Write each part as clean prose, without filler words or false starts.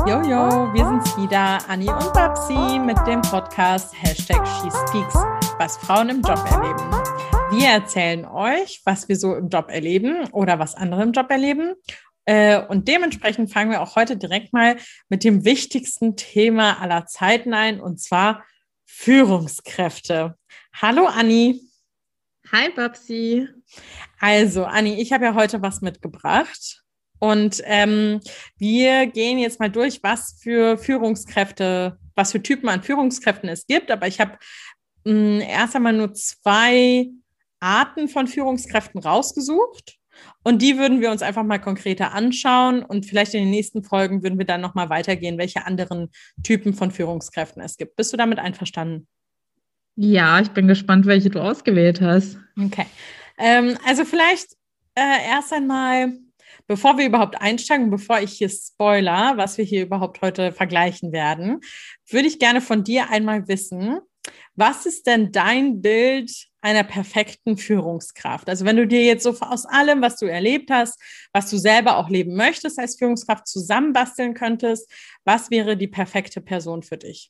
Jojo, wir sind's wieder, Anni und Babsi mit dem Podcast #SheSpeaks, was Frauen im Job erleben. Wir erzählen euch, was wir so im Job erleben oder was andere im Job erleben. Und dementsprechend fangen wir auch heute direkt mal mit dem wichtigsten Thema aller Zeiten ein, und zwar Führungskräfte. Hallo Anni. Hi Babsi. Also Anni, ich habe ja heute was mitgebracht. Und wir gehen jetzt mal durch, was für Typen an Führungskräften es gibt. Aber ich habe erst einmal nur 2 Arten von Führungskräften rausgesucht. Und die würden wir uns einfach mal konkreter anschauen. Und vielleicht in den nächsten Folgen würden wir dann nochmal weitergehen, welche anderen Typen von Führungskräften es gibt. Bist du damit einverstanden? Ja, ich bin gespannt, welche du ausgewählt hast. Okay. Also vielleicht erst einmal, bevor wir überhaupt einsteigen, bevor ich hier spoiler, was wir hier überhaupt heute vergleichen werden, würde ich gerne von dir einmal wissen, was ist denn dein Bild einer perfekten Führungskraft? Also wenn du dir jetzt so aus allem, was du erlebt hast, was du selber auch leben möchtest als Führungskraft, zusammenbasteln könntest, was wäre die perfekte Person für dich?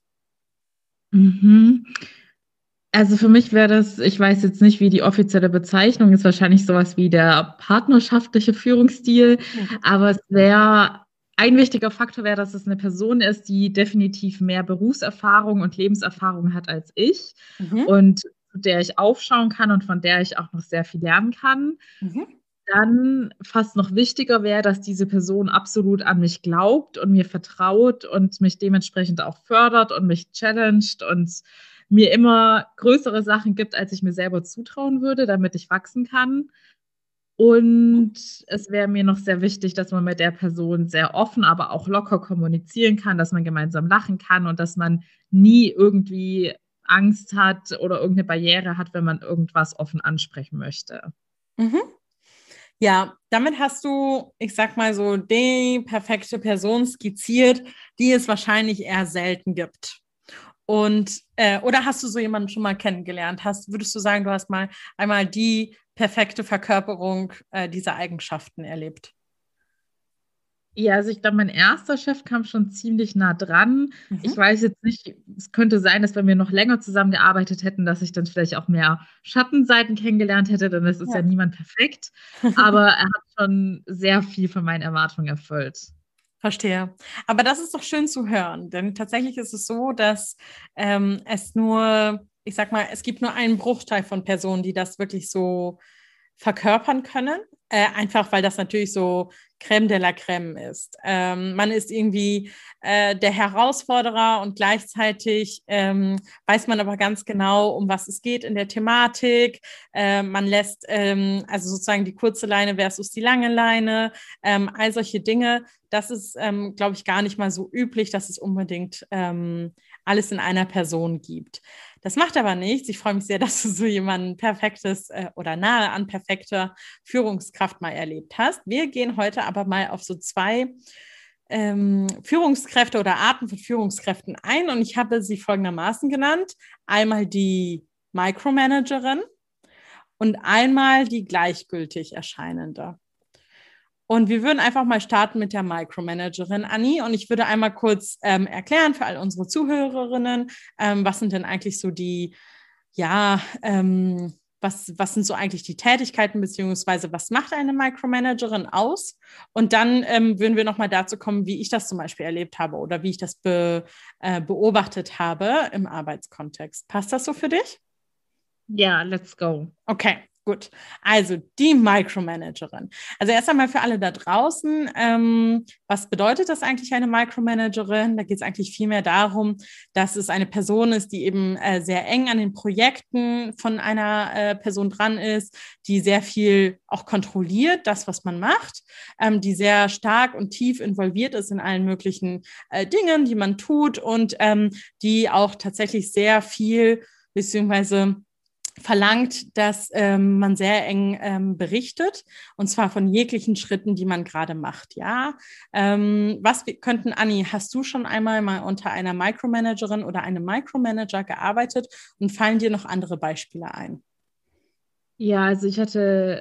Also für mich wäre das, ich weiß jetzt nicht, wie die offizielle Bezeichnung ist, wahrscheinlich sowas wie der partnerschaftliche Führungsstil, aber ein wichtiger Faktor wäre, dass es eine Person ist, die definitiv mehr Berufserfahrung und Lebenserfahrung hat als ich und zu der ich aufschauen kann und von der ich auch noch sehr viel lernen kann. Dann fast noch wichtiger wäre, dass diese Person absolut an mich glaubt und mir vertraut und mich dementsprechend auch fördert und mich challenged und mir immer größere Sachen gibt, als ich mir selber zutrauen würde, damit ich wachsen kann. Und es wäre mir noch sehr wichtig, dass man mit der Person sehr offen, aber auch locker kommunizieren kann, dass man gemeinsam lachen kann und dass man nie irgendwie Angst hat oder irgendeine Barriere hat, wenn man irgendwas offen ansprechen möchte. Ja, damit hast du, ich sag mal so, die perfekte Person skizziert, die es wahrscheinlich eher selten gibt. Und, oder hast du so jemanden schon mal kennengelernt? Würdest du sagen, du hast mal einmal die perfekte Verkörperung dieser Eigenschaften erlebt? Ja, also ich glaube, mein erster Chef kam schon ziemlich nah dran. Ich weiß jetzt nicht, es könnte sein, dass wenn wir noch länger zusammengearbeitet hätten, dass ich dann vielleicht auch mehr Schattenseiten kennengelernt hätte, denn es ist ja niemand perfekt. Aber er hat schon sehr viel von meinen Erwartungen erfüllt. Verstehe. Aber das ist doch schön zu hören, denn tatsächlich ist es so, dass ich sag mal, es gibt nur einen Bruchteil von Personen, die das wirklich so verkörpern können. Einfach weil das natürlich so Crème de la Crème ist. Man ist irgendwie der Herausforderer und gleichzeitig weiß man aber ganz genau, um was es geht in der Thematik. Man lässt also sozusagen die kurze Leine versus die lange Leine, all solche Dinge. Das ist, glaube ich, gar nicht mal so üblich, dass es unbedingt alles in einer Person gibt. Das macht aber nichts. Ich freue mich sehr, dass du so jemanden perfektes oder nahe an perfekter Führungskraft mal erlebt hast. Wir gehen heute aber mal auf so 2 Führungskräfte oder Arten von Führungskräften ein, und ich habe sie folgendermaßen genannt. Einmal die Micromanagerin und einmal die gleichgültig Erscheinende. Und wir würden einfach mal starten mit der Micromanagerin, Anni. Und ich würde einmal kurz erklären für all unsere Zuhörerinnen, was sind denn eigentlich so was sind so eigentlich die Tätigkeiten, beziehungsweise was macht eine Micromanagerin aus? Und dann würden wir nochmal dazu kommen, wie ich das zum Beispiel erlebt habe oder wie ich das beobachtet habe im Arbeitskontext. Passt das so für dich? Ja, let's go. Okay. Gut, also die Micromanagerin. Also erst einmal für alle da draußen, was bedeutet das eigentlich, eine Micromanagerin? Da geht es eigentlich vielmehr darum, dass es eine Person ist, die eben sehr eng an den Projekten von einer Person dran ist, die sehr viel auch kontrolliert, das, was man macht, die sehr stark und tief involviert ist in allen möglichen Dingen, die man tut, und die auch tatsächlich sehr viel, beziehungsweise verlangt, dass man sehr eng berichtet, und zwar von jeglichen Schritten, die man gerade macht. Ja, Anni, hast du schon einmal mal unter einer Micromanagerin oder einem Micromanager gearbeitet, und fallen dir noch andere Beispiele ein? Ja, also ich hatte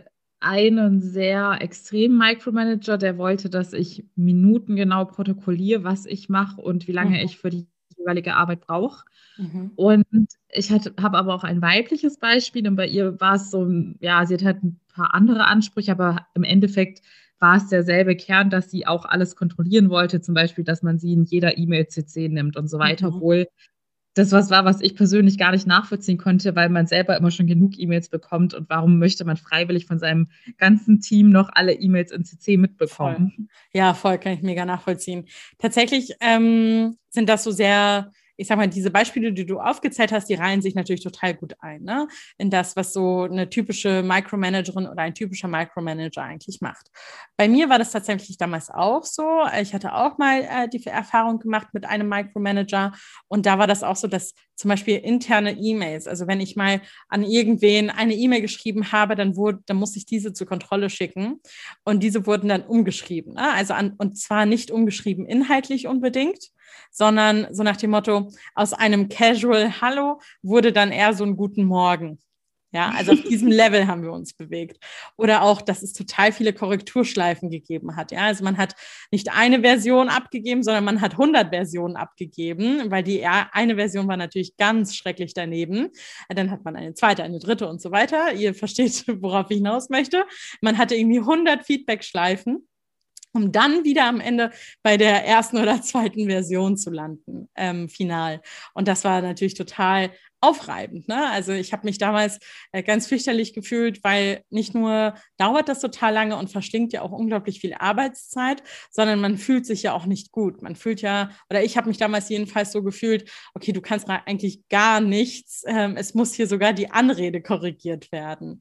einen sehr extremen Micromanager, der wollte, dass ich minutengenau protokolliere, was ich mache und wie lange Mhm. ich für die jeweilige Arbeit brauche. Mhm. Und ich habe aber auch ein weibliches Beispiel und bei ihr war es so, ja, sie hat halt ein paar andere Ansprüche, aber im Endeffekt war es derselbe Kern, dass sie auch alles kontrollieren wollte, zum Beispiel, dass man sie in jeder E-Mail CC nimmt und so weiter, Mhm. obwohl das was war, was ich persönlich gar nicht nachvollziehen konnte, weil man selber immer schon genug E-Mails bekommt und warum möchte man freiwillig von seinem ganzen Team noch alle E-Mails in CC Voll. mitbekommen? Ja, voll, kann ich mega nachvollziehen. Tatsächlich sind das so sehr, ich sag mal, diese Beispiele, die du aufgezählt hast, die reihen sich natürlich total gut ein, ne? In das, was so eine typische Micromanagerin oder ein typischer Micromanager eigentlich macht. Bei mir war das tatsächlich damals auch so. Ich hatte auch mal die Erfahrung gemacht mit einem Micromanager und da war das auch so, dass zum Beispiel interne E-Mails, also wenn ich mal an irgendwen eine E-Mail geschrieben habe, dann musste ich diese zur Kontrolle schicken. Und diese wurden dann umgeschrieben. Ne? Und zwar nicht umgeschrieben inhaltlich unbedingt, sondern so nach dem Motto, aus einem Casual Hallo wurde dann eher so ein Guten Morgen. Ja, also auf diesem Level haben wir uns bewegt. Oder auch, dass es total viele Korrekturschleifen gegeben hat. Ja, also man hat nicht eine Version abgegeben, sondern man hat 100 Versionen abgegeben, weil die eine Version war natürlich ganz schrecklich daneben. Dann hat man eine zweite, eine dritte und so weiter. Ihr versteht, worauf ich hinaus möchte. Man hatte irgendwie 100 Feedback-Schleifen, um dann wieder am Ende bei der ersten oder zweiten Version zu landen, final. Und das war natürlich total aufreibend. Ne? Also ich habe mich damals ganz fürchterlich gefühlt, weil nicht nur dauert das total lange und verschlingt ja auch unglaublich viel Arbeitszeit, sondern man fühlt sich ja auch nicht gut. Man fühlt ja, oder ich habe mich damals jedenfalls so gefühlt, okay, du kannst eigentlich gar nichts. Es muss hier sogar die Anrede korrigiert werden.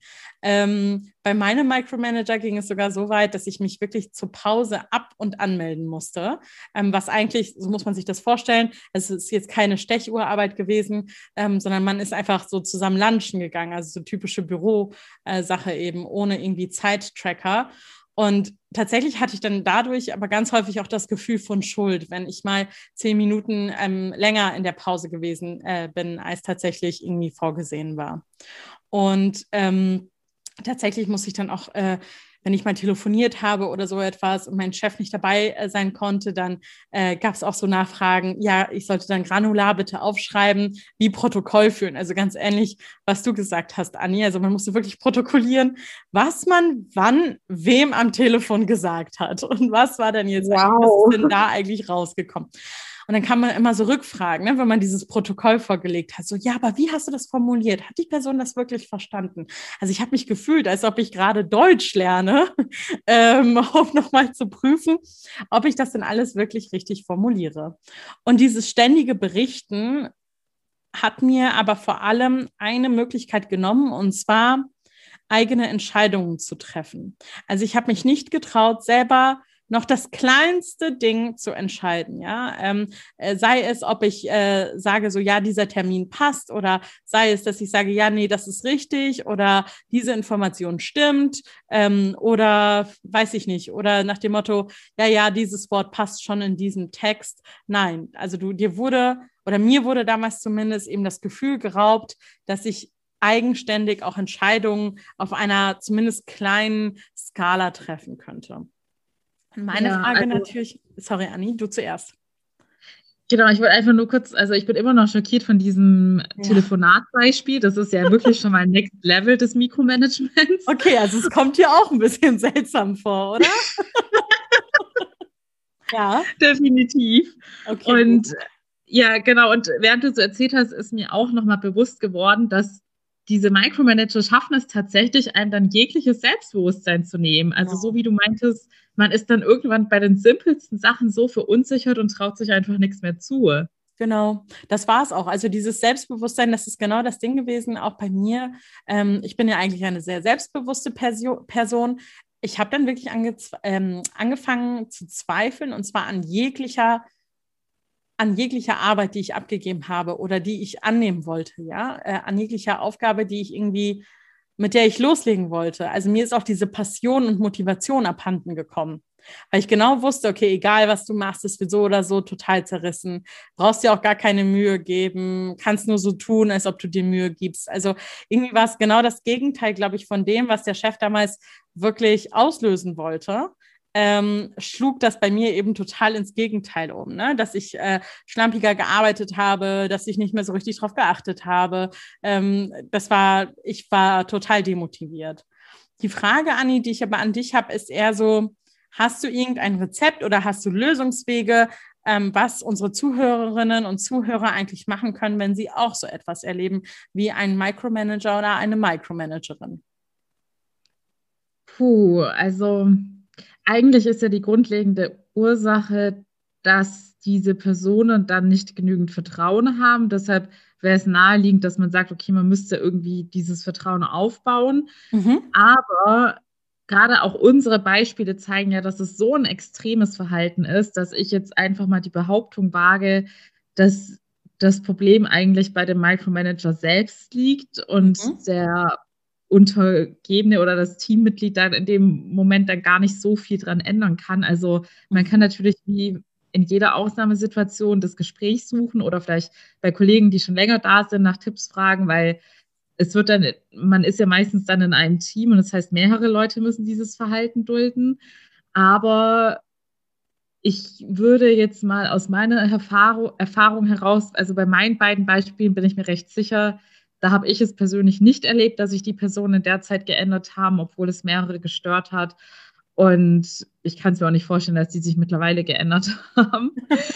Bei meinem Micromanager ging es sogar so weit, dass ich mich wirklich zur Pause ab- und anmelden musste. Was eigentlich, so muss man sich das vorstellen, es ist jetzt keine Stechuhrarbeit gewesen, sondern man ist einfach so zusammen lunchen gegangen, also so typische Bürosache eben, ohne irgendwie Zeittracker. Und tatsächlich hatte ich dann dadurch aber ganz häufig auch das Gefühl von Schuld, wenn ich mal 10 Minuten länger in der Pause gewesen bin, als tatsächlich irgendwie vorgesehen war. Und tatsächlich muss ich dann auch, wenn ich mal telefoniert habe oder so etwas und mein Chef nicht dabei sein konnte, dann gab es auch so Nachfragen, ja, ich sollte dann granular bitte aufschreiben, wie Protokoll führen. Also ganz ähnlich, was du gesagt hast, Anni. Also man musste wirklich protokollieren, was man wann wem am Telefon gesagt hat und was war denn jetzt eigentlich, was ist Wow. denn da eigentlich rausgekommen? Und dann kann man immer so rückfragen, ne, wenn man dieses Protokoll vorgelegt hat. So, ja, aber wie hast du das formuliert? Hat die Person das wirklich verstanden? Also ich habe mich gefühlt, als ob ich gerade Deutsch lerne, um nochmal zu prüfen, ob ich das denn alles wirklich richtig formuliere. Und dieses ständige Berichten hat mir aber vor allem eine Möglichkeit genommen, und zwar eigene Entscheidungen zu treffen. Also ich habe mich nicht getraut, selber noch das kleinste Ding zu entscheiden, ja, sei es, ob ich sage, so, ja, dieser Termin passt, oder sei es, dass ich sage, ja, nee, das ist richtig, oder diese Information stimmt, oder weiß ich nicht, oder nach dem Motto, ja, ja, dieses Wort passt schon in diesem Text. Nein, also mir wurde damals zumindest eben das Gefühl geraubt, dass ich eigenständig auch Entscheidungen auf einer zumindest kleinen Skala treffen könnte. Meine Ja, Frage also natürlich, sorry, Anni, du zuerst. genau, ich wollte einfach nur kurz, also ich bin immer noch schockiert von diesem Ja. Telefonatbeispiel. Das ist ja wirklich schon mal Next Level des Mikromanagements. Okay, also es kommt dir auch ein bisschen seltsam vor, oder? Ja, Definitiv. okay, Und gut. ja, genau. Und während du so erzählt hast, ist mir auch nochmal bewusst geworden, dass diese Micromanager schaffen es tatsächlich, einem dann jegliches Selbstbewusstsein zu nehmen. Also so Genau. wie du meintest, man ist dann irgendwann bei den simpelsten Sachen so verunsichert und traut sich einfach nichts mehr zu. Genau, das war es auch. Also dieses Selbstbewusstsein, das ist genau das Ding gewesen, auch bei mir. Ich bin ja eigentlich eine sehr selbstbewusste Person. Ich habe dann wirklich angefangen zu zweifeln, und zwar an jeglicher Arbeit, die ich abgegeben habe oder die ich annehmen wollte, ja, an jeglicher Aufgabe, mit der ich loslegen wollte. Also mir ist auch diese Passion und Motivation abhanden gekommen. Weil ich genau wusste, okay, egal was du machst, es wird so oder so total zerrissen. Brauchst dir auch gar keine Mühe geben, kannst nur so tun, als ob du dir Mühe gibst. Also irgendwie war es genau das Gegenteil, glaube ich, von dem, was der Chef damals wirklich auslösen wollte. Schlug das bei mir eben total ins Gegenteil um, ne? Dass ich schlampiger gearbeitet habe, dass ich nicht mehr so richtig drauf geachtet habe. Ich war total demotiviert. Die Frage, Anni, die ich aber an dich habe, ist eher so, hast du irgendein Rezept oder hast du Lösungswege, was unsere Zuhörerinnen und Zuhörer eigentlich machen können, wenn sie auch so etwas erleben wie ein Micromanager oder eine Micromanagerin? Also eigentlich ist ja die grundlegende Ursache, dass diese Personen dann nicht genügend Vertrauen haben. Deshalb wäre es naheliegend, dass man sagt, okay, man müsste irgendwie dieses Vertrauen aufbauen. Aber gerade auch unsere Beispiele zeigen ja, dass es so ein extremes Verhalten ist, dass ich jetzt einfach mal die Behauptung wage, dass das Problem eigentlich bei dem Micromanager selbst liegt und der Untergebene oder das Teammitglied dann in dem Moment dann gar nicht so viel dran ändern kann. Also man kann natürlich wie in jeder Ausnahmesituation das Gespräch suchen oder vielleicht bei Kollegen, die schon länger da sind, nach Tipps fragen, weil es wird dann, man ist ja meistens dann in einem Team und das heißt, mehrere Leute müssen dieses Verhalten dulden. Aber ich würde jetzt mal aus meiner Erfahrung heraus, also bei meinen beiden Beispielen bin ich mir recht sicher, da habe ich es persönlich nicht erlebt, dass sich die Personen in der Zeit geändert haben, obwohl es mehrere gestört hat. Und ich kann es mir auch nicht vorstellen, dass die sich mittlerweile geändert haben.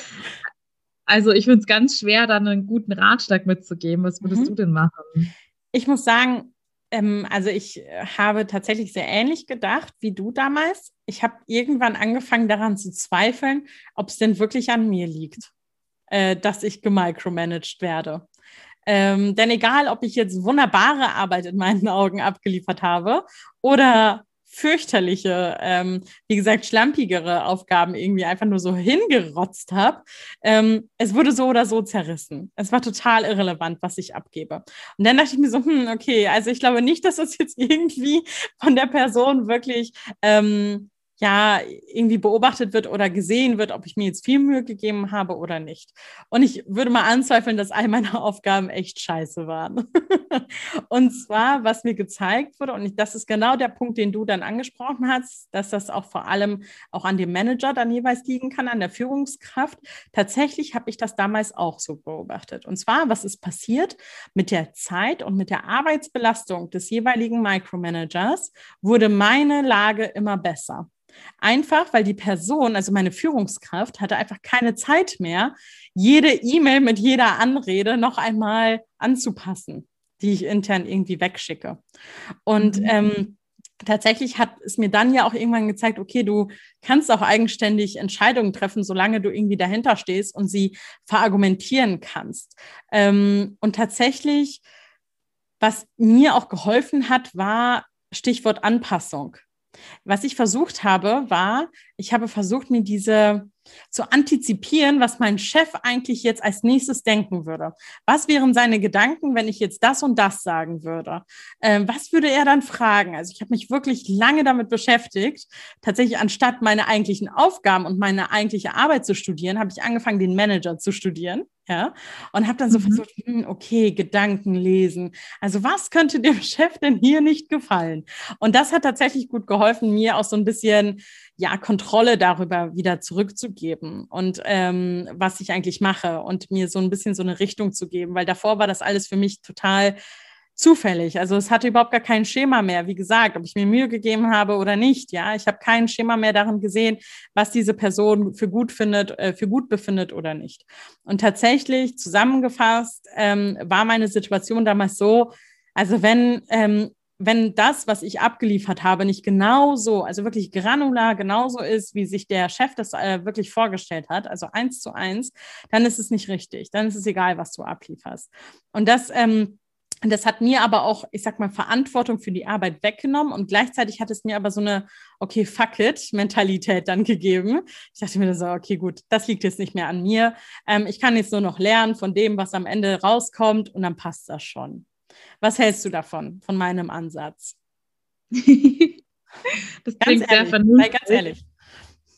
Also ich finde es ganz schwer, dann einen guten Ratschlag mitzugeben. Was würdest du denn machen? Ich muss sagen, also ich habe tatsächlich sehr ähnlich gedacht wie du damals. Ich habe irgendwann angefangen daran zu zweifeln, ob es denn wirklich an mir liegt, dass ich gemicromanagt werde. Denn egal, ob ich jetzt wunderbare Arbeit in meinen Augen abgeliefert habe oder fürchterliche, wie gesagt, schlampigere Aufgaben irgendwie einfach nur so hingerotzt habe, es wurde so oder so zerrissen. Es war total irrelevant, was ich abgebe. Und dann dachte ich mir so, okay, also ich glaube nicht, dass das jetzt irgendwie von der Person wirklich ja, irgendwie beobachtet wird oder gesehen wird, ob ich mir jetzt viel Mühe gegeben habe oder nicht. Und ich würde mal anzweifeln, dass all meine Aufgaben echt scheiße waren. Und zwar, was mir gezeigt wurde, und das ist genau der Punkt, den du dann angesprochen hast, dass das auch vor allem auch an dem Manager dann jeweils liegen kann, an der Führungskraft. Tatsächlich habe ich das damals auch so beobachtet. Und zwar, was ist passiert? Mit der Zeit und mit der Arbeitsbelastung des jeweiligen Micromanagers wurde meine Lage immer besser. Einfach, weil die Person, also meine Führungskraft, hatte einfach keine Zeit mehr, jede E-Mail mit jeder Anrede noch einmal anzupassen, die ich intern irgendwie wegschicke. Und tatsächlich hat es mir dann ja auch irgendwann gezeigt, okay, du kannst auch eigenständig Entscheidungen treffen, solange du irgendwie dahinter stehst und sie verargumentieren kannst. Und tatsächlich, was mir auch geholfen hat, war Stichwort Anpassung. Was ich versucht habe, ich habe versucht, mir diese zu antizipieren, was mein Chef eigentlich jetzt als nächstes denken würde. Was wären seine Gedanken, wenn ich jetzt das und das sagen würde? Was würde er dann fragen? Also ich habe mich wirklich lange damit beschäftigt. Tatsächlich, anstatt meine eigentlichen Aufgaben und meine eigentliche Arbeit zu studieren, habe ich angefangen, den Manager zu studieren. Ja, und habe dann so versucht, okay, Gedanken lesen. Also was könnte dem Chef denn hier nicht gefallen? Und das hat tatsächlich gut geholfen, mir auch so ein bisschen Kontrolle darüber wieder zurückzugeben und was ich eigentlich mache und mir so ein bisschen so eine Richtung zu geben, weil davor war das alles für mich total zufällig. Also es hatte überhaupt gar kein Schema mehr, wie gesagt, ob ich mir Mühe gegeben habe oder nicht. Ja, ich habe kein Schema mehr darin gesehen, was diese Person für gut befindet oder nicht. Und tatsächlich zusammengefasst war meine Situation damals so, also wenn das, was ich abgeliefert habe, nicht genauso, also wirklich granular genauso ist, wie sich der Chef das wirklich vorgestellt hat, also 1:1, dann ist es nicht richtig. Dann ist es egal, was du ablieferst. Und das hat mir aber auch, ich sag mal, Verantwortung für die Arbeit weggenommen und gleichzeitig hat es mir aber so eine, okay, fuck it, Mentalität dann gegeben. Ich dachte mir so, okay, gut, das liegt jetzt nicht mehr an mir. Ich kann jetzt nur noch lernen von dem, was am Ende rauskommt und dann passt das schon. Was hältst du davon, von meinem Ansatz? Das klingt sehr vernünftig. Sei ganz ehrlich.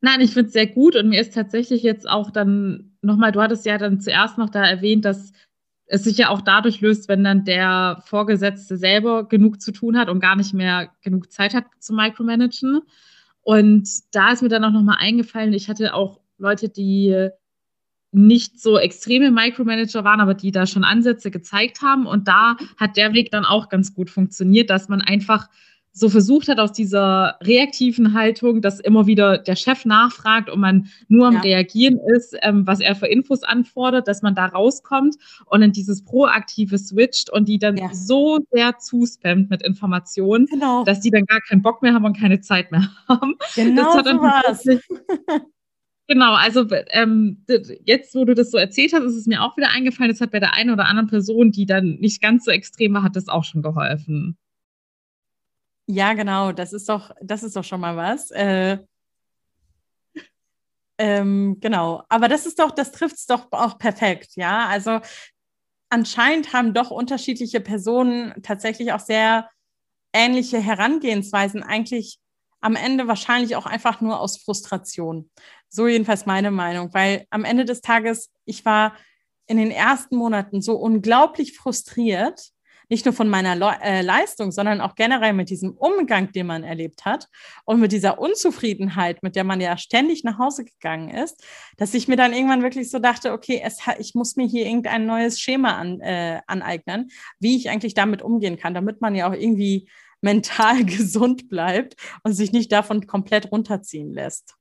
Nein, ich finde es sehr gut und mir ist tatsächlich jetzt auch dann nochmal, du hattest ja dann zuerst noch da erwähnt, dass es sich ja auch dadurch löst, wenn dann der Vorgesetzte selber genug zu tun hat und gar nicht mehr genug Zeit hat zu micromanagen. Und da ist mir dann auch nochmal eingefallen, ich hatte auch Leute, die nicht so extreme Micromanager waren, aber die da schon Ansätze gezeigt haben. Und da hat der Weg dann auch ganz gut funktioniert, dass man einfach so versucht hat, aus dieser reaktiven Haltung, dass immer wieder der Chef nachfragt und man nur am Reagieren ist, was er für Infos anfordert, dass man da rauskommt und in dieses Proaktive switcht und die dann so sehr zuspammt mit Informationen, dass die dann gar keinen Bock mehr haben und keine Zeit mehr haben. Genau das hat dann so war's. Genau, also jetzt, wo du das so erzählt hast, ist es mir auch wieder eingefallen, das hat bei der einen oder anderen Person, die dann nicht ganz so extrem war, hat das auch schon geholfen. Ja, genau, das ist doch schon mal was. Genau, aber das trifft es doch auch perfekt, ja. Also anscheinend haben doch unterschiedliche Personen tatsächlich auch sehr ähnliche Herangehensweisen, eigentlich am Ende wahrscheinlich auch einfach nur aus Frustration. So jedenfalls meine Meinung, weil am Ende des Tages, ich war in den ersten Monaten so unglaublich frustriert, nicht nur von meiner Leistung, sondern auch generell mit diesem Umgang, den man erlebt hat und mit dieser Unzufriedenheit, mit der man ja ständig nach Hause gegangen ist, dass ich mir dann irgendwann wirklich so dachte, okay, ich muss mir hier irgendein neues Schema aneignen, wie ich eigentlich damit umgehen kann, damit man ja auch irgendwie mental gesund bleibt und sich nicht davon komplett runterziehen lässt.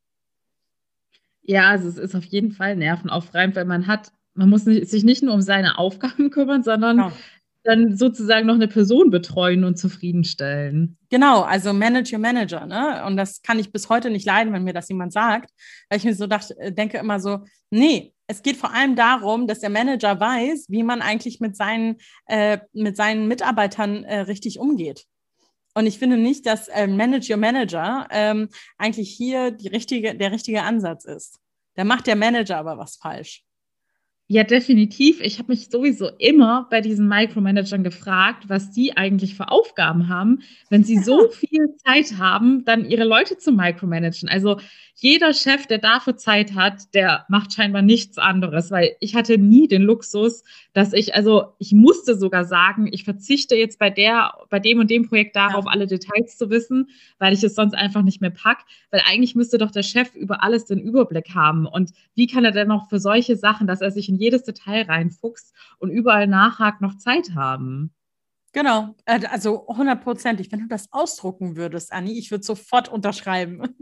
Ja, also es ist auf jeden Fall nervenaufreibend, weil man muss sich nicht nur um seine Aufgaben kümmern, sondern dann sozusagen noch eine Person betreuen und zufriedenstellen. Genau, also manage your manager, ne? Und das kann ich bis heute nicht leiden, wenn mir das jemand sagt, weil ich mir so denke immer so, nee, es geht vor allem darum, dass der Manager weiß, wie man eigentlich mit seinen Mitarbeitern richtig umgeht. Und ich finde nicht, dass Manage Your Manager eigentlich hier der richtige Ansatz ist. Da macht der Manager aber was falsch. Ja, definitiv. Ich habe mich sowieso immer bei diesen Micromanagern gefragt, was die eigentlich für Aufgaben haben, wenn sie so viel Zeit haben, dann ihre Leute zu micromanagen. Also jeder Chef, der dafür Zeit hat, der macht scheinbar nichts anderes, weil ich hatte nie den Luxus, ich musste sogar sagen, ich verzichte jetzt bei dem und dem Projekt darauf, alle Details zu wissen, weil ich es sonst einfach nicht mehr pack, weil eigentlich müsste doch der Chef über alles den Überblick haben. Und wie kann er denn noch für solche Sachen, dass er sich in jedes Detail reinfuchst und überall nachhakt, noch Zeit haben? Genau, also 100%. Wenn du das ausdrucken würdest, Anni, ich würde sofort unterschreiben.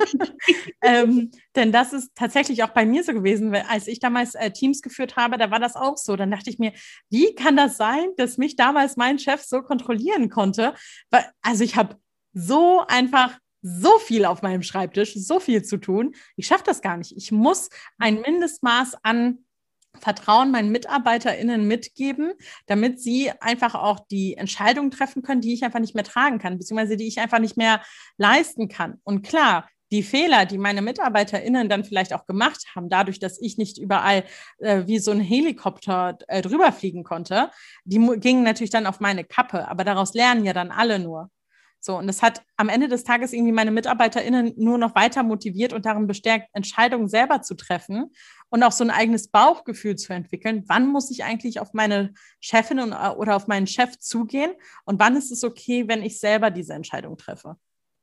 Denn das ist tatsächlich auch bei mir so gewesen, weil als ich damals Teams geführt habe, da war das auch so. Dann dachte ich mir, wie kann das sein, dass mich damals mein Chef so kontrollieren konnte? Also ich habe so einfach so viel auf meinem Schreibtisch, so viel zu tun. Ich schaffe das gar nicht. Ich muss ein Mindestmaß an Vertrauen meinen MitarbeiterInnen mitgeben, damit sie einfach auch die Entscheidungen treffen können, die ich einfach nicht mehr tragen kann, beziehungsweise die ich einfach nicht mehr leisten kann. Und klar, die Fehler, die meine MitarbeiterInnen dann vielleicht auch gemacht haben, dadurch, dass ich nicht überall wie so ein Helikopter drüber fliegen konnte, die gingen natürlich dann auf meine Kappe. Aber daraus lernen ja dann alle nur. So, und das hat am Ende des Tages irgendwie meine MitarbeiterInnen nur noch weiter motiviert und darin bestärkt, Entscheidungen selber zu treffen und auch so ein eigenes Bauchgefühl zu entwickeln. Wann muss ich eigentlich auf meine Chefin oder auf meinen Chef zugehen und wann ist es okay, wenn ich selber diese Entscheidung treffe?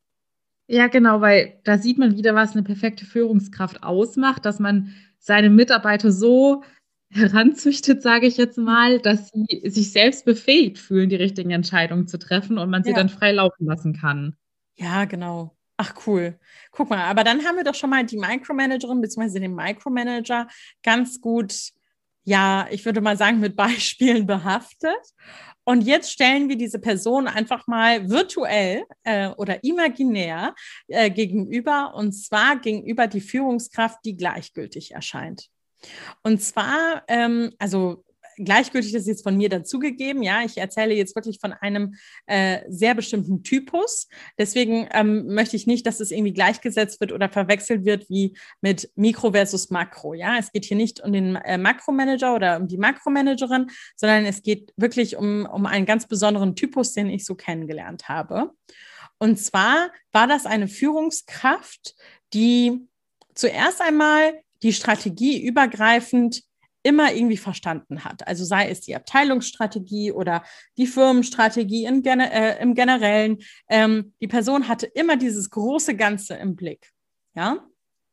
Ja, genau, weil da sieht man wieder, was eine perfekte Führungskraft ausmacht, dass man seine Mitarbeiter so heranzüchtet, sage ich jetzt mal, dass sie sich selbst befähigt fühlen, die richtigen Entscheidungen zu treffen und man sie dann frei laufen lassen kann. Ja, genau. Ach, cool. Guck mal, aber dann haben wir doch schon mal die Micromanagerin bzw. den Micromanager ganz gut, ja, ich würde mal sagen, mit Beispielen behaftet. Und jetzt stellen wir diese Person einfach mal virtuell oder imaginär gegenüber, und zwar gegenüber die Führungskraft, die gleichgültig erscheint. Und zwar, also gleichgültig, das ist jetzt von mir dazugegeben, ja, ich erzähle jetzt wirklich von einem sehr bestimmten Typus. Deswegen möchte ich nicht, dass es irgendwie gleichgesetzt wird oder verwechselt wird wie mit Mikro versus Makro, ja. Es geht hier nicht um den Makromanager oder um die Makromanagerin, sondern es geht wirklich um einen ganz besonderen Typus, den ich so kennengelernt habe. Und zwar war das eine Führungskraft, die zuerst einmal die Strategie übergreifend immer irgendwie verstanden hat. Also sei es die Abteilungsstrategie oder die Firmenstrategie im Generellen. Die Person hatte immer dieses große Ganze im Blick. Ja?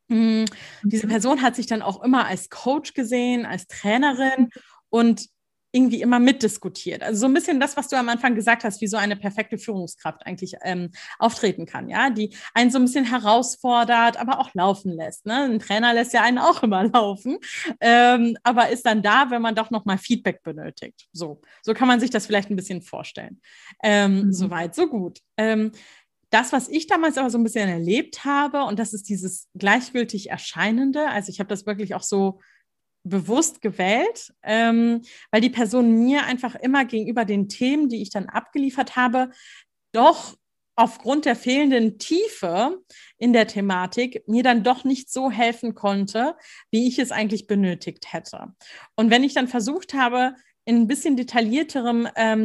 Diese Person hat sich dann auch immer als Coach gesehen, als Trainerin und irgendwie immer mitdiskutiert. Also so ein bisschen das, was du am Anfang gesagt hast, wie so eine perfekte Führungskraft eigentlich auftreten kann, ja, die einen so ein bisschen herausfordert, aber auch laufen lässt. Ne? Ein Trainer lässt ja einen auch immer laufen, aber ist dann da, wenn man doch nochmal Feedback benötigt. So kann man sich das vielleicht ein bisschen vorstellen. Soweit, so gut. Das, was ich damals aber so ein bisschen erlebt habe, und das ist dieses gleichgültig Erscheinende, also ich habe das wirklich auch so bewusst gewählt, weil die Person mir einfach immer gegenüber den Themen, die ich dann abgeliefert habe, doch aufgrund der fehlenden Tiefe in der Thematik mir dann doch nicht so helfen konnte, wie ich es eigentlich benötigt hätte. Und wenn ich dann versucht habe, in ein bisschen detaillierterem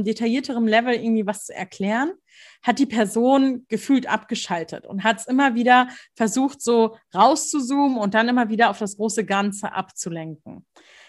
Level irgendwie was zu erklären, hat die Person gefühlt abgeschaltet und hat es immer wieder versucht, so rauszuzoomen und dann immer wieder auf das große Ganze abzulenken.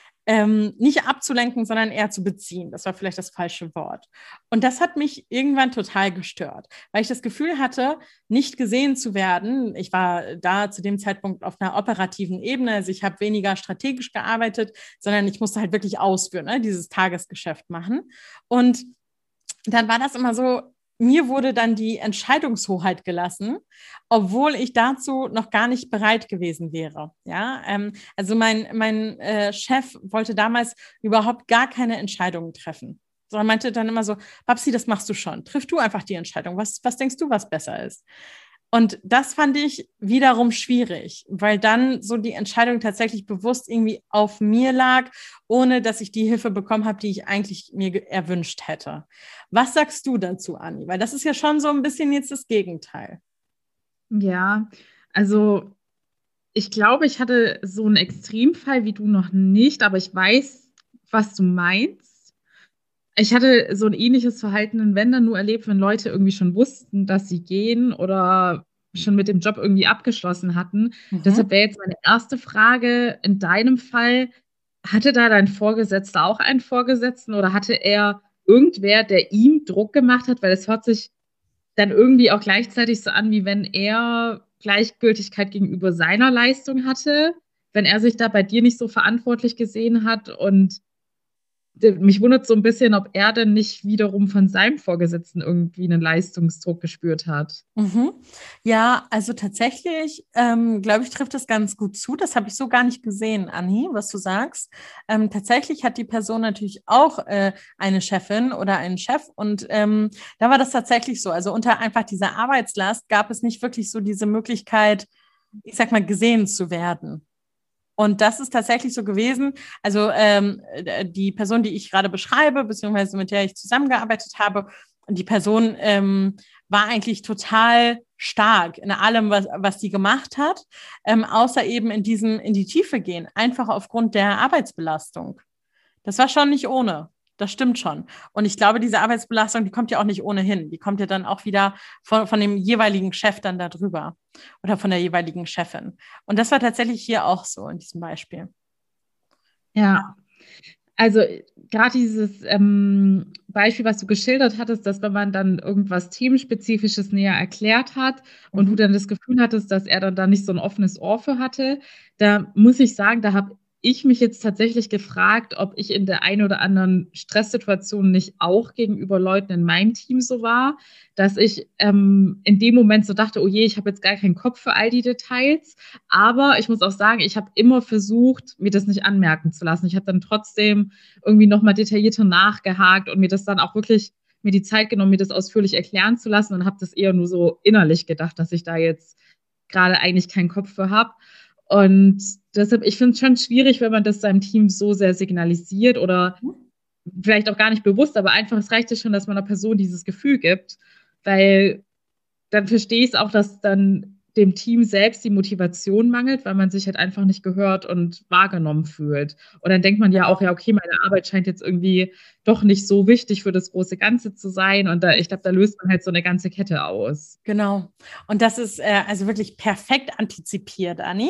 Nicht abzulenken, sondern eher zu beziehen. Das war vielleicht das falsche Wort. Und das hat mich irgendwann total gestört, weil ich das Gefühl hatte, nicht gesehen zu werden. Ich war da zu dem Zeitpunkt auf einer operativen Ebene, also ich habe weniger strategisch gearbeitet, sondern ich musste halt wirklich ausführen, ne, dieses Tagesgeschäft machen. Und dann war das immer so, mir wurde dann die Entscheidungshoheit gelassen, obwohl ich dazu noch gar nicht bereit gewesen wäre. Ja, also mein Chef wollte damals überhaupt gar keine Entscheidungen treffen, sondern meinte dann immer so, Babsi, das machst du schon. Triff du einfach die Entscheidung. Was denkst du, was besser ist? Und das fand ich wiederum schwierig, weil dann so die Entscheidung tatsächlich bewusst irgendwie auf mir lag, ohne dass ich die Hilfe bekommen habe, die ich eigentlich mir erwünscht hätte. Was sagst du dazu, Anni? Weil das ist ja schon so ein bisschen jetzt das Gegenteil. Ja, also ich glaube, ich hatte so einen Extremfall wie du noch nicht, aber ich weiß, was du meinst. Ich hatte so ein ähnliches Verhalten in Wendern nur erlebt, wenn Leute irgendwie schon wussten, dass sie gehen oder schon mit dem Job irgendwie abgeschlossen hatten. Deshalb wäre jetzt meine erste Frage in deinem Fall, hatte da dein Vorgesetzter auch einen Vorgesetzten oder hatte er irgendwer, der ihm Druck gemacht hat? Weil es hört sich dann irgendwie auch gleichzeitig so an, wie wenn er Gleichgültigkeit gegenüber seiner Leistung hatte, wenn er sich da bei dir nicht so verantwortlich gesehen hat. Und mich wundert so ein bisschen, ob er denn nicht wiederum von seinem Vorgesetzten irgendwie einen Leistungsdruck gespürt hat. Ja, also tatsächlich, glaube ich, trifft das ganz gut zu. Das habe ich so gar nicht gesehen, Anni, was du sagst. Tatsächlich hat die Person natürlich auch eine Chefin oder einen Chef und da war das tatsächlich so. Also unter einfach dieser Arbeitslast gab es nicht wirklich so diese Möglichkeit, ich sag mal, gesehen zu werden. Und das ist tatsächlich so gewesen. Also die Person, die ich gerade beschreibe, beziehungsweise mit der ich zusammengearbeitet habe, die Person war eigentlich total stark in allem, was sie gemacht hat, außer eben in die Tiefe gehen, einfach aufgrund der Arbeitsbelastung. Das war schon nicht ohne. Das stimmt schon. Und ich glaube, diese Arbeitsbelastung, die kommt ja auch nicht ohnehin. Die kommt ja dann auch wieder von dem jeweiligen Chef dann da drüber oder von der jeweiligen Chefin. Und das war tatsächlich hier auch so in diesem Beispiel. Ja, also gerade dieses Beispiel, was du geschildert hattest, dass wenn man dann irgendwas Themenspezifisches näher erklärt hat und du dann das Gefühl hattest, dass er dann da nicht so ein offenes Ohr für hatte, da muss ich sagen, da habe ich mich jetzt tatsächlich gefragt, ob ich in der einen oder anderen Stresssituation nicht auch gegenüber Leuten in meinem Team so war, dass ich in dem Moment so dachte, oh je, ich habe jetzt gar keinen Kopf für all die Details. Aber ich muss auch sagen, ich habe immer versucht, mir das nicht anmerken zu lassen. Ich habe dann trotzdem irgendwie nochmal detaillierter nachgehakt und mir das dann auch wirklich mir die Zeit genommen, mir das ausführlich erklären zu lassen und habe das eher nur so innerlich gedacht, dass ich da jetzt gerade eigentlich keinen Kopf für habe. Und deshalb, ich finde es schon schwierig, wenn man das seinem Team so sehr signalisiert oder vielleicht auch gar nicht bewusst, aber einfach, es reicht ja schon, dass man einer Person dieses Gefühl gibt, weil dann verstehe ich es auch, dass dann dem Team selbst die Motivation mangelt, weil man sich halt einfach nicht gehört und wahrgenommen fühlt. Und dann denkt man ja auch, ja, okay, meine Arbeit scheint jetzt irgendwie doch nicht so wichtig für das große Ganze zu sein. Und ich glaube, da löst man halt so eine ganze Kette aus. Genau. Und das ist also wirklich perfekt antizipiert, Anni.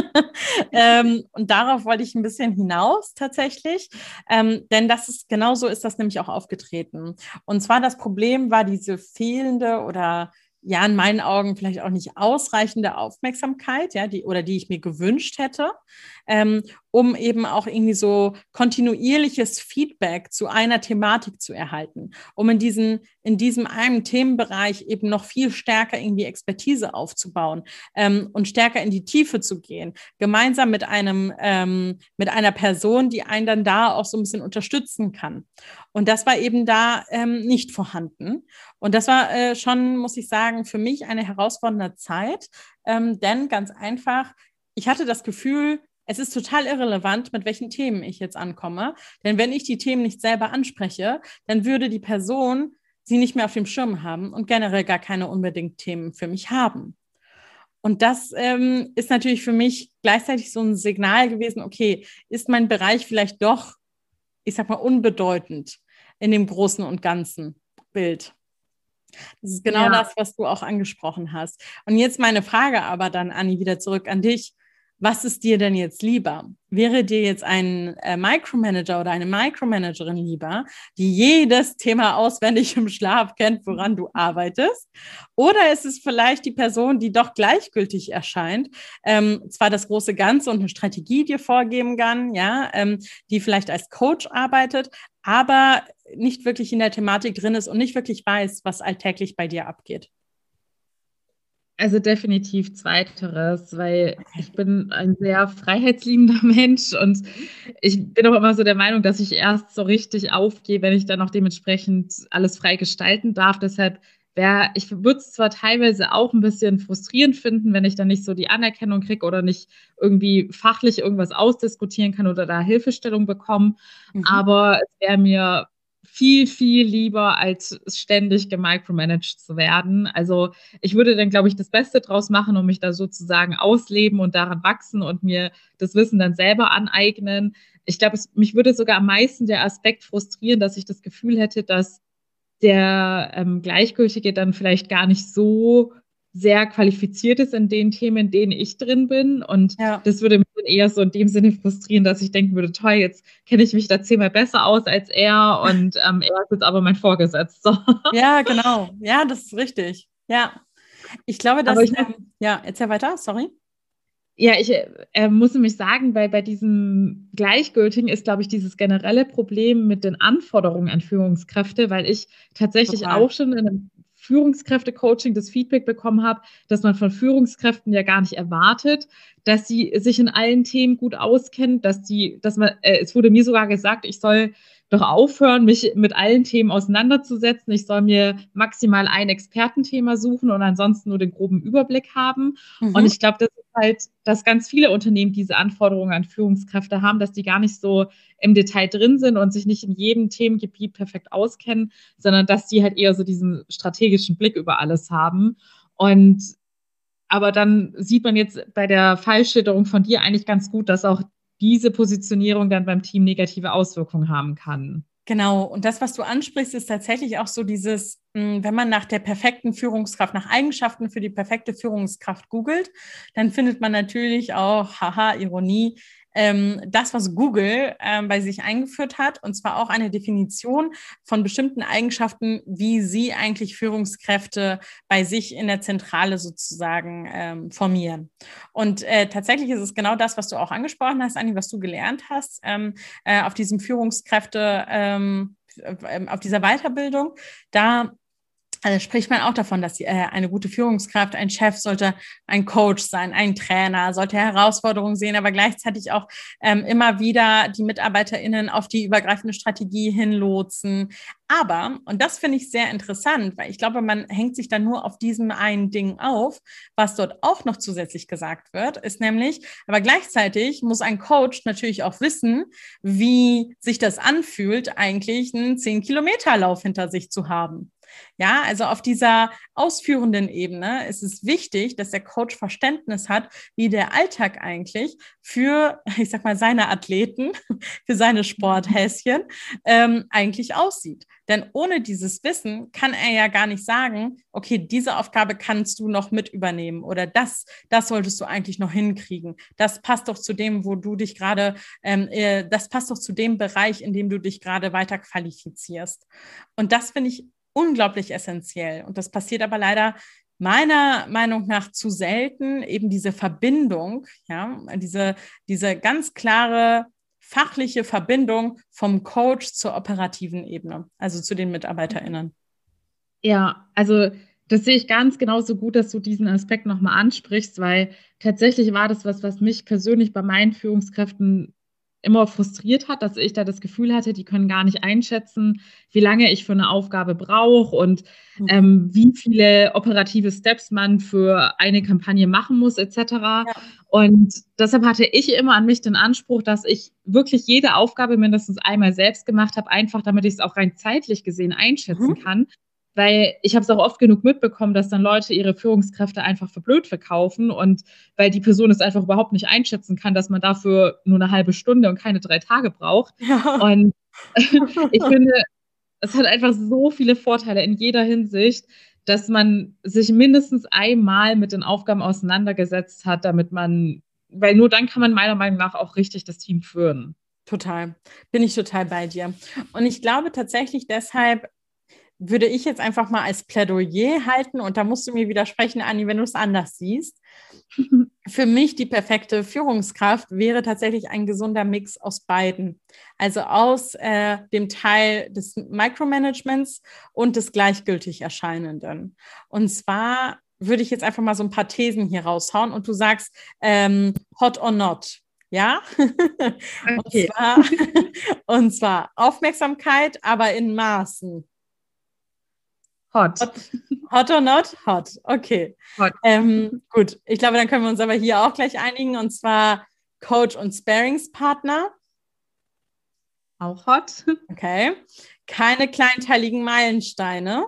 Und darauf wollte ich ein bisschen hinaus tatsächlich. Denn genauso ist das nämlich auch aufgetreten. Und zwar das Problem war diese fehlende oder ja, in meinen Augen vielleicht auch nicht ausreichende Aufmerksamkeit, ja, die ich mir gewünscht hätte, um eben auch irgendwie so kontinuierliches Feedback zu einer Thematik zu erhalten, um in diesem einen Themenbereich eben noch viel stärker irgendwie Expertise aufzubauen und stärker in die Tiefe zu gehen, gemeinsam mit einer Person, die einen dann da auch so ein bisschen unterstützen kann. Und das war eben da nicht vorhanden. Und das war schon, muss ich sagen, für mich eine herausfordernde Zeit, denn ganz einfach, ich hatte das Gefühl, es ist total irrelevant, mit welchen Themen ich jetzt ankomme. Denn wenn ich die Themen nicht selber anspreche, dann würde die Person sie nicht mehr auf dem Schirm haben und generell gar keine unbedingt Themen für mich haben. Und das ist natürlich für mich gleichzeitig so ein Signal gewesen, okay, ist mein Bereich vielleicht doch, ich sag mal, unbedeutend in dem großen und ganzen Bild. Das ist genau das, was du auch angesprochen hast. Und jetzt meine Frage aber dann, Anni, wieder zurück an dich. Was ist dir denn jetzt lieber? Wäre dir jetzt ein Micromanager oder eine Micromanagerin lieber, die jedes Thema auswendig im Schlaf kennt, woran du arbeitest? Oder ist es vielleicht die Person, die doch gleichgültig erscheint, zwar das große Ganze und eine Strategie dir vorgeben kann, ja, die vielleicht als Coach arbeitet, aber nicht wirklich in der Thematik drin ist und nicht wirklich weiß, was alltäglich bei dir abgeht? Also definitiv zweiteres, weil ich bin ein sehr freiheitsliebender Mensch und ich bin auch immer so der Meinung, dass ich erst so richtig aufgehe, wenn ich dann auch dementsprechend alles frei gestalten darf. Deshalb ich würde es zwar teilweise auch ein bisschen frustrierend finden, wenn ich dann nicht so die Anerkennung kriege oder nicht irgendwie fachlich irgendwas ausdiskutieren kann oder da Hilfestellung bekomme, aber es wäre mir viel, viel lieber, als ständig gemicromanagt zu werden. Also ich würde dann, glaube ich, das Beste draus machen und mich da sozusagen ausleben und daran wachsen und mir das Wissen dann selber aneignen. Ich glaube, mich würde sogar am meisten der Aspekt frustrieren, dass ich das Gefühl hätte, dass der Gleichgültige dann vielleicht gar nicht so sehr qualifiziert ist in den Themen, in denen ich drin bin. Und das würde mich dann eher so in dem Sinne frustrieren, dass ich denken würde, toll, jetzt kenne ich mich da 10-mal besser aus als er und er ist jetzt aber mein Vorgesetzter. Ja, genau. Ja, das ist richtig. Ja. Ich glaube, dass... ja, erzähl weiter, sorry. Ja, ich muss nämlich sagen, bei diesem Gleichgültigen ist, glaube ich, dieses generelle Problem mit den Anforderungen an Führungskräfte, weil ich tatsächlich auch schon in einem Führungskräfte-Coaching das Feedback bekommen habe, dass man von Führungskräften ja gar nicht erwartet, dass sie sich in allen Themen gut auskennen, es wurde mir sogar gesagt, ich soll doch aufhören, mich mit allen Themen auseinanderzusetzen. Ich soll mir maximal ein Expertenthema suchen und ansonsten nur den groben Überblick haben. Und ich glaube, das ist halt, dass ganz viele Unternehmen diese Anforderungen an Führungskräfte haben, dass die gar nicht so im Detail drin sind und sich nicht in jedem Themengebiet perfekt auskennen, sondern dass die halt eher so diesen strategischen Blick über alles haben. Aber dann sieht man jetzt bei der Fallschilderung von dir eigentlich ganz gut, dass auch diese Positionierung dann beim Team negative Auswirkungen haben kann. Genau. Und das, was du ansprichst, ist tatsächlich auch so dieses, wenn man nach der perfekten Führungskraft, nach Eigenschaften für die perfekte Führungskraft googelt, dann findet man natürlich auch, haha, Ironie, das, was Google bei sich eingeführt hat, und zwar auch eine Definition von bestimmten Eigenschaften, wie sie eigentlich Führungskräfte bei sich in der Zentrale sozusagen formieren. Und tatsächlich ist es genau das, was du auch angesprochen hast, Anni, was du gelernt hast, auf diesem auf dieser Weiterbildung. Da spricht man auch davon, dass eine gute Führungskraft, ein Chef sollte ein Coach sein, ein Trainer, sollte Herausforderungen sehen, aber gleichzeitig auch immer wieder die MitarbeiterInnen auf die übergreifende Strategie hinlotsen. Aber, und das finde ich sehr interessant, weil ich glaube, man hängt sich dann nur auf diesem einen Ding auf. Was dort auch noch zusätzlich gesagt wird, ist nämlich, aber gleichzeitig muss ein Coach natürlich auch wissen, wie sich das anfühlt, eigentlich einen 10-Kilometer-Lauf hinter sich zu haben. Ja, also auf dieser ausführenden Ebene ist es wichtig, dass der Coach Verständnis hat, wie der Alltag eigentlich für, ich sag mal, seine Athleten, für seine Sporthäschen eigentlich aussieht. Denn ohne dieses Wissen kann er ja gar nicht sagen, okay, diese Aufgabe kannst du noch mit übernehmen oder das solltest du eigentlich noch hinkriegen. Das passt doch zu dem, wo du dich gerade, das passt doch zu dem Bereich, in dem du dich gerade weiter qualifizierst. Und das finde ich unglaublich essentiell. Und das passiert aber leider meiner Meinung nach zu selten, eben diese Verbindung, ja, diese ganz klare fachliche Verbindung vom Coach zur operativen Ebene, also zu den MitarbeiterInnen. Ja, also das sehe ich ganz genauso gut, dass du diesen Aspekt nochmal ansprichst, weil tatsächlich war das was mich persönlich bei meinen Führungskräften immer frustriert hat, dass ich da das Gefühl hatte, die können gar nicht einschätzen, wie lange ich für eine Aufgabe brauche und wie viele operative Steps man für eine Kampagne machen muss, etc. Ja. Und deshalb hatte ich immer an mich den Anspruch, dass ich wirklich jede Aufgabe mindestens einmal selbst gemacht habe, einfach damit ich es auch rein zeitlich gesehen einschätzen kann. Weil ich habe es auch oft genug mitbekommen, dass dann Leute ihre Führungskräfte einfach für blöd verkaufen und weil die Person es einfach überhaupt nicht einschätzen kann, dass man dafür nur eine halbe Stunde und keine 3 Tage braucht. Ja. Und ich finde, es hat einfach so viele Vorteile in jeder Hinsicht, dass man sich mindestens einmal mit den Aufgaben auseinandergesetzt hat, weil nur dann kann man meiner Meinung nach auch richtig das Team führen. Total. Bin ich total bei dir. Und ich glaube tatsächlich deshalb, würde ich jetzt einfach mal als Plädoyer halten, und da musst du mir widersprechen, Anni, wenn du es anders siehst. Für mich die perfekte Führungskraft wäre tatsächlich ein gesunder Mix aus beiden. Also aus dem Teil des Micromanagements und des gleichgültig Erscheinenden. Und zwar würde ich jetzt einfach mal so ein paar Thesen hier raushauen und du sagst hot or not. Ja? Okay. Und zwar Aufmerksamkeit, aber in Maßen. Hot. Hot or not? Hot. Okay. Hot. Gut, ich glaube, dann können wir uns aber hier auch gleich einigen. Und zwar Coach und Sparingspartner. Auch hot. Okay. Keine kleinteiligen Meilensteine.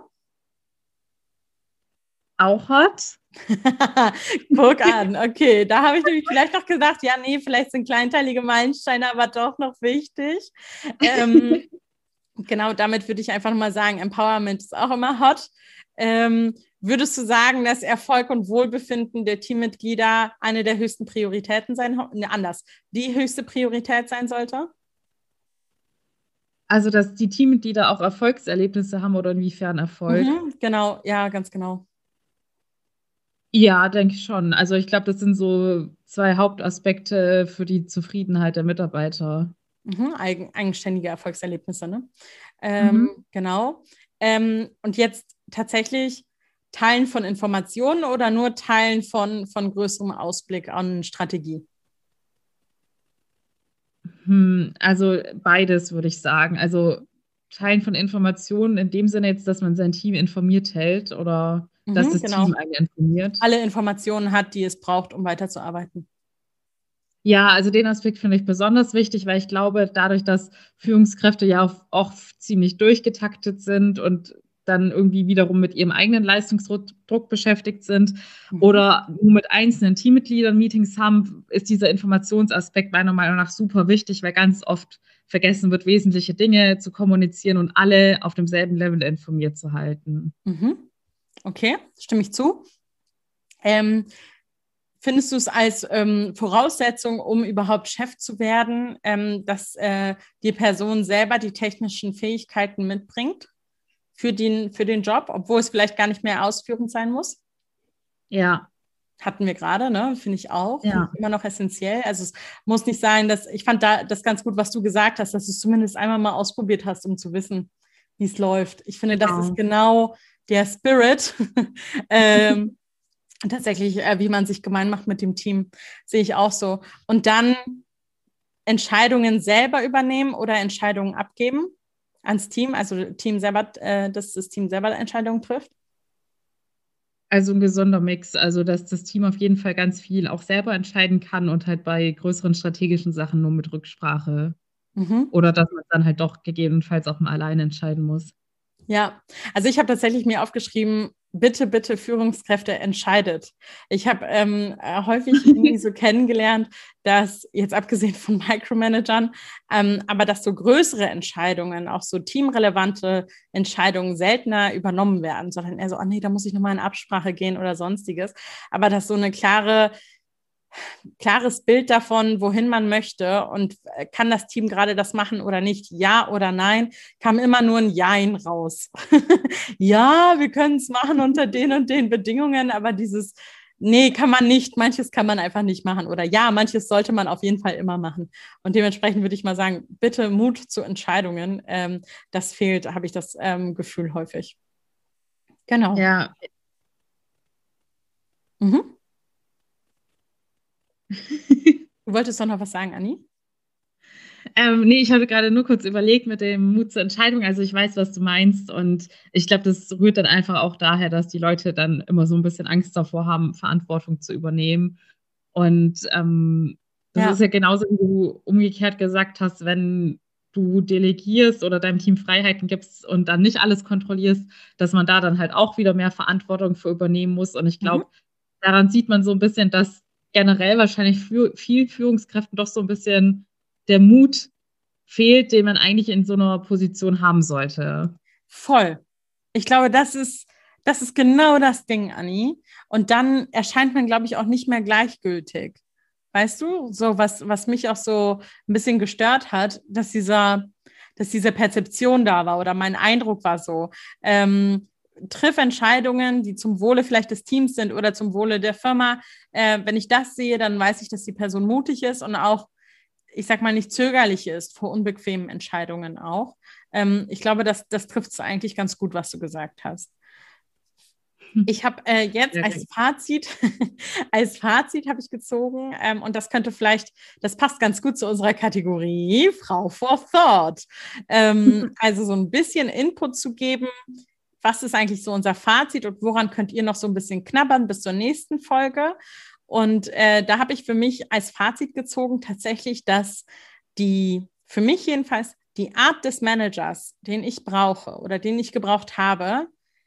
Auch hot. Guck an. Okay, da habe ich nämlich vielleicht noch gedacht, ja, nee, vielleicht sind kleinteilige Meilensteine aber doch noch wichtig. Genau, damit würde ich einfach nochmal sagen, Empowerment ist auch immer hot. Würdest du sagen, dass Erfolg und Wohlbefinden der Teammitglieder eine der höchsten Prioritäten die höchste Priorität sein sollte? Also, dass die Teammitglieder auch Erfolgserlebnisse haben oder inwiefern Erfolg? Genau, ja, ganz genau. Ja, denke ich schon. Also ich glaube, das sind so 2 Hauptaspekte für die Zufriedenheit der Mitarbeiter. Eigenständige Erfolgserlebnisse, ne? Genau. Und jetzt tatsächlich Teilen von Informationen oder nur Teilen von größerem Ausblick an Strategie? Also beides, würde ich sagen. Also Teilen von Informationen in dem Sinne jetzt, dass man sein Team informiert hält oder dass das Team einen informiert. Alle Informationen hat, die es braucht, um weiterzuarbeiten. Ja, also den Aspekt finde ich besonders wichtig, weil ich glaube, dadurch, dass Führungskräfte ja auch oft ziemlich durchgetaktet sind und dann irgendwie wiederum mit ihrem eigenen Leistungsdruck beschäftigt sind oder nur mit einzelnen Teammitgliedern Meetings haben, ist dieser Informationsaspekt meiner Meinung nach super wichtig, weil ganz oft vergessen wird, wesentliche Dinge zu kommunizieren und alle auf demselben Level informiert zu halten. Okay, stimme ich zu. Findest du es als Voraussetzung, um überhaupt Chef zu werden, dass die Person selber die technischen Fähigkeiten mitbringt für den Job, obwohl es vielleicht gar nicht mehr ausführend sein muss? Ja. Hatten wir gerade, ne? Finde ich auch. Ja. Immer noch essentiell. Also es muss nicht sein, ich fand das ganz gut, was du gesagt hast, dass du es zumindest einmal mal ausprobiert hast, um zu wissen, wie es läuft. Ich finde, das ist genau der Spirit. Tatsächlich, wie man sich gemein macht mit dem Team, sehe ich auch so. Und dann Entscheidungen selber übernehmen oder Entscheidungen abgeben ans Team, also Team selber, dass das Team selber Entscheidungen trifft? Also ein gesunder Mix, also dass das Team auf jeden Fall ganz viel auch selber entscheiden kann und halt bei größeren strategischen Sachen nur mit Rücksprache. Oder dass man dann halt doch gegebenenfalls auch mal alleine entscheiden muss. Ja, also ich habe tatsächlich mir aufgeschrieben, bitte, bitte Führungskräfte entscheidet. Ich habe häufig irgendwie so kennengelernt, dass jetzt abgesehen von Micromanagern, aber dass so größere Entscheidungen, auch so teamrelevante Entscheidungen seltener übernommen werden, sondern eher so, oh nee, da muss ich nochmal in Absprache gehen oder sonstiges. Aber dass so eine klares Bild davon, wohin man möchte und kann das Team gerade das machen oder nicht, ja oder nein, kam immer nur ein Jein raus. Ja, wir können es machen unter den und den Bedingungen, aber dieses, nee, kann man nicht, manches kann man einfach nicht machen oder ja, manches sollte man auf jeden Fall immer machen. Und dementsprechend würde ich mal sagen, bitte Mut zu Entscheidungen. Das fehlt, habe ich das Gefühl häufig. Genau. Ja. Mhm. Du wolltest doch noch was sagen, Anni? Nee, ich hatte gerade nur kurz überlegt mit dem Mut zur Entscheidung. Also ich weiß, was du meinst. Und ich glaube, das rührt dann einfach auch daher, dass die Leute dann immer so ein bisschen Angst davor haben, Verantwortung zu übernehmen. Und das ist ja genauso, wie du umgekehrt gesagt hast, wenn du delegierst oder deinem Team Freiheiten gibst und dann nicht alles kontrollierst, dass man da dann halt auch wieder mehr Verantwortung für übernehmen muss. Und ich glaube, daran sieht man so ein bisschen, dass generell wahrscheinlich vielen Führungskräften doch so ein bisschen der Mut fehlt, den man eigentlich in so einer Position haben sollte. Voll. Ich glaube, das ist genau das Ding, Anni. Und dann erscheint man, glaube ich, auch nicht mehr gleichgültig. Weißt du, so was mich auch so ein bisschen gestört hat, dass diese Perzeption da war oder mein Eindruck war so, triff Entscheidungen, die zum Wohle vielleicht des Teams sind oder zum Wohle der Firma. Wenn ich das sehe, dann weiß ich, dass die Person mutig ist und auch, ich sag mal, nicht zögerlich ist vor unbequemen Entscheidungen auch. Ich glaube, das trifft es eigentlich ganz gut, was du gesagt hast. Ich habe jetzt als Fazit habe ich gezogen, und das könnte vielleicht, das passt ganz gut zu unserer Kategorie Frau for Thought. Also so ein bisschen Input zu geben, was ist eigentlich so unser Fazit und woran könnt ihr noch so ein bisschen knabbern bis zur nächsten Folge? Und da habe ich für mich als Fazit gezogen tatsächlich, dass für mich jedenfalls, die Art des Managers, den ich brauche oder den ich gebraucht habe,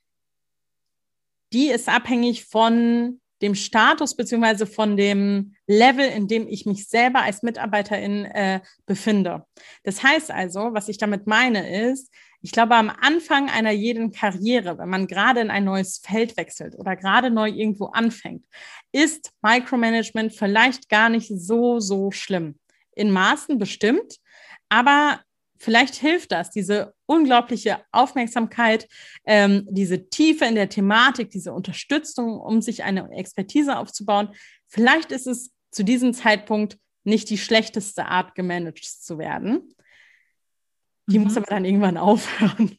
die ist abhängig von dem Status beziehungsweise von dem Level, in dem ich mich selber als Mitarbeiterin befinde. Das heißt also, was ich damit meine ist, ich glaube, am Anfang einer jeden Karriere, wenn man gerade in ein neues Feld wechselt oder gerade neu irgendwo anfängt, ist Micromanagement vielleicht gar nicht so schlimm. In Maßen bestimmt, aber vielleicht hilft das, diese unglaubliche Aufmerksamkeit, diese Tiefe in der Thematik, diese Unterstützung, um sich eine Expertise aufzubauen. Vielleicht ist es zu diesem Zeitpunkt nicht die schlechteste Art, gemanagt zu werden. Die muss aber dann irgendwann aufhören.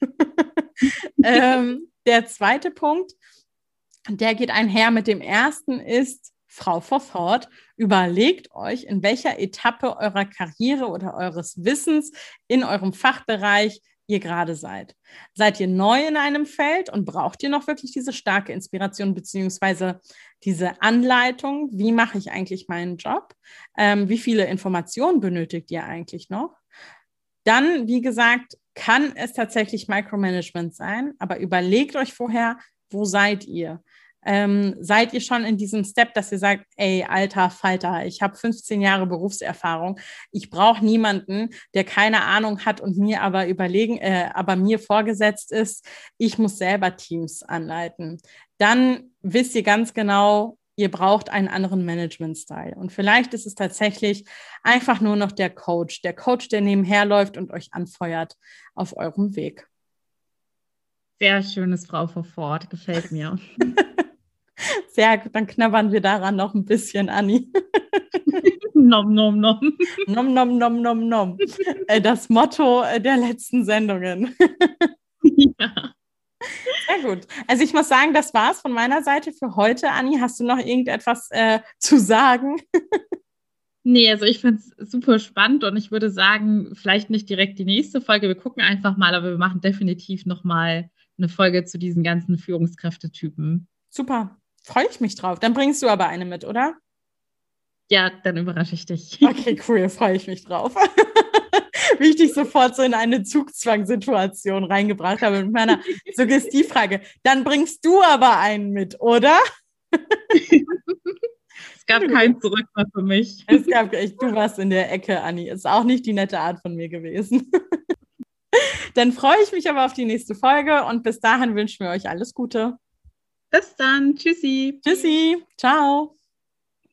Der zweite Punkt, der geht einher mit dem ersten, ist Frau for Thought. Überlegt euch, in welcher Etappe eurer Karriere oder eures Wissens in eurem Fachbereich ihr gerade seid. Seid ihr neu in einem Feld und braucht ihr noch wirklich diese starke Inspiration beziehungsweise diese Anleitung? Wie mache ich eigentlich meinen Job? Wie viele Informationen benötigt ihr eigentlich noch? Dann, wie gesagt, kann es tatsächlich Micromanagement sein, aber überlegt euch vorher, wo seid ihr? Seid ihr schon in diesem Step, dass ihr sagt, ey, alter Falter, ich habe 15 Jahre Berufserfahrung, ich brauche niemanden, der keine Ahnung hat und mir aber mir vorgesetzt ist, ich muss selber Teams anleiten. Dann wisst ihr ganz genau, ihr braucht einen anderen Management-Style. Und vielleicht ist es tatsächlich einfach nur noch der Coach, der nebenher läuft und euch anfeuert auf eurem Weg. Sehr schönes Frau for Thought, gefällt mir. Sehr gut, dann knabbern wir daran noch ein bisschen, Anni. Nom, nom, nom. Nom, nom, nom, nom, nom. Das Motto der letzten Sendungen. Ja. Sehr gut. Also ich muss sagen, das war's von meiner Seite für heute. Anni, hast du noch irgendetwas zu sagen? Nee, also ich finde es super spannend und ich würde sagen, vielleicht nicht direkt die nächste Folge. Wir gucken einfach mal, aber wir machen definitiv nochmal eine Folge zu diesen ganzen Führungskräftetypen. Super, freue ich mich drauf. Dann bringst du aber eine mit, oder? Ja, dann überrasche ich dich. Okay, cool, freue ich mich drauf. wie ich dich sofort so in eine Zugzwangssituation reingebracht habe mit meiner Suggestivfrage. Dann bringst du aber einen mit, oder? Es gab kein Zurück mehr für mich. Es gab echt, du warst in der Ecke, Anni. Ist auch nicht die nette Art von mir gewesen. Dann freue ich mich aber auf die nächste Folge und bis dahin wünschen wir euch alles Gute. Bis dann. Tschüssi. Tschüssi. Ciao.